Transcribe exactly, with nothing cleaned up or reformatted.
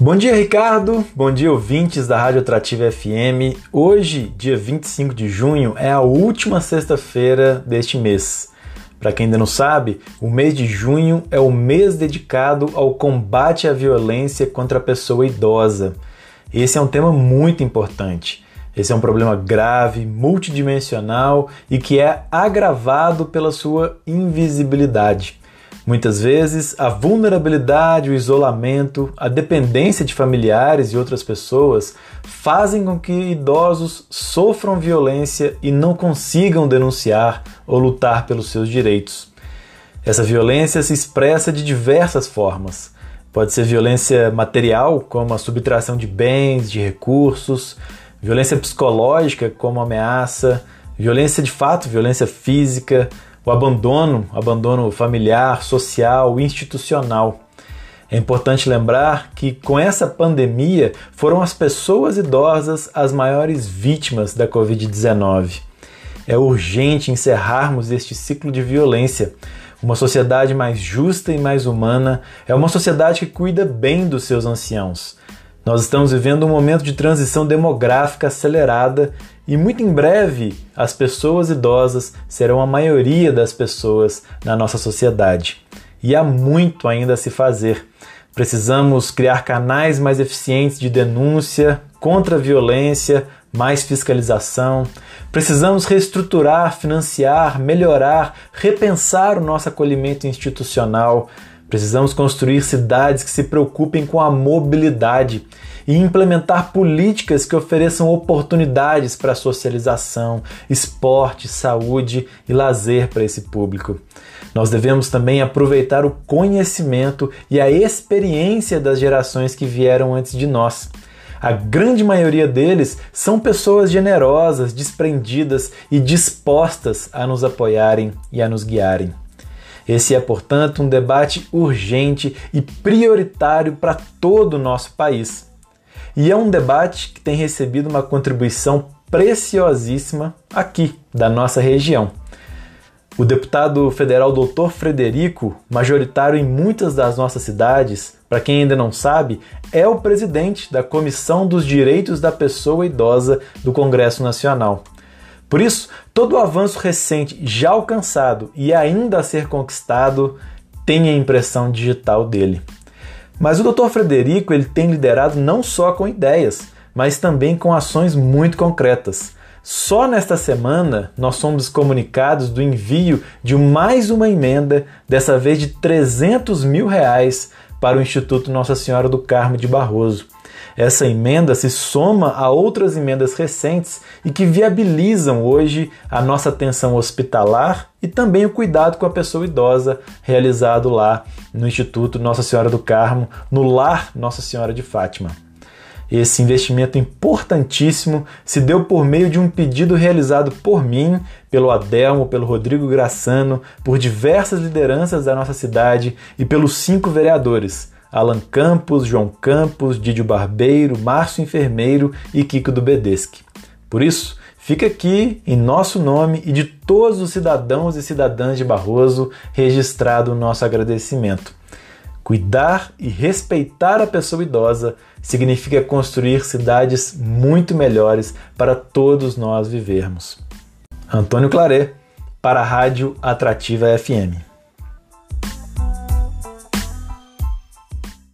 Bom dia, Ricardo. Bom dia, ouvintes da Rádio Atrativa F M. Hoje, dia vinte e cinco de junho, é a última sexta-feira deste mês. Para quem ainda não sabe, o mês de junho é o mês dedicado ao combate à violência contra a pessoa idosa. Esse é um tema muito importante. Esse é um problema grave, multidimensional e que é agravado pela sua invisibilidade. Muitas vezes, a vulnerabilidade, o isolamento, a dependência de familiares e outras pessoas fazem com que idosos sofram violência e não consigam denunciar ou lutar pelos seus direitos. Essa violência se expressa de diversas formas. Pode ser violência material, como a subtração de bens, de recursos, violência psicológica, como ameaça, violência de fato, violência física, o abandono, abandono familiar, social, institucional. É importante lembrar que com essa pandemia foram as pessoas idosas as maiores vítimas da covid dezenove. É urgente encerrarmos este ciclo de violência. Uma sociedade mais justa e mais humana é uma sociedade que cuida bem dos seus anciãos. Nós estamos vivendo um momento de transição demográfica acelerada e muito em breve as pessoas idosas serão a maioria das pessoas na nossa sociedade. E há muito ainda a se fazer. Precisamos criar canais mais eficientes de denúncia contra a violência, mais fiscalização. Precisamos reestruturar, financiar, melhorar, repensar o nosso acolhimento institucional. Precisamos construir cidades que se preocupem com a mobilidade e implementar políticas que ofereçam oportunidades para socialização, esporte, saúde e lazer para esse público. Nós devemos também aproveitar o conhecimento e a experiência das gerações que vieram antes de nós. A grande maioria deles são pessoas generosas, desprendidas e dispostas a nos apoiarem e a nos guiarem. Esse é, portanto, um debate urgente e prioritário para todo o nosso país. E é um debate que tem recebido uma contribuição preciosíssima aqui, da nossa região. O deputado federal doutor Frederico, majoritário em muitas das nossas cidades, para quem ainda não sabe, é o presidente da Comissão dos Direitos da Pessoa Idosa do Congresso Nacional. Por isso, todo o avanço recente já alcançado e ainda a ser conquistado tem a impressão digital dele. Mas o doutor Frederico ele tem liderado não só com ideias, mas também com ações muito concretas. Só nesta semana nós somos comunicados do envio de mais uma emenda, dessa vez de trezentos mil reais, para o Instituto Nossa Senhora do Carmo de Barroso. Essa emenda se soma a outras emendas recentes e que viabilizam hoje a nossa atenção hospitalar e também o cuidado com a pessoa idosa realizado lá no Instituto Nossa Senhora do Carmo, no Lar Nossa Senhora de Fátima. Esse investimento importantíssimo se deu por meio de um pedido realizado por mim, pelo Adelmo, pelo Rodrigo Graçano, por diversas lideranças da nossa cidade e pelos cinco vereadores, Alan Campos, João Campos, Didio Barbeiro, Márcio Enfermeiro e Kiko do Bedeschi. Por isso, fica aqui, em nosso nome e de todos os cidadãos e cidadãs de Barroso, registrado o nosso agradecimento. Cuidar e respeitar a pessoa idosa significa construir cidades muito melhores para todos nós vivermos. Antônio Claret, para a Rádio Atrativa F M.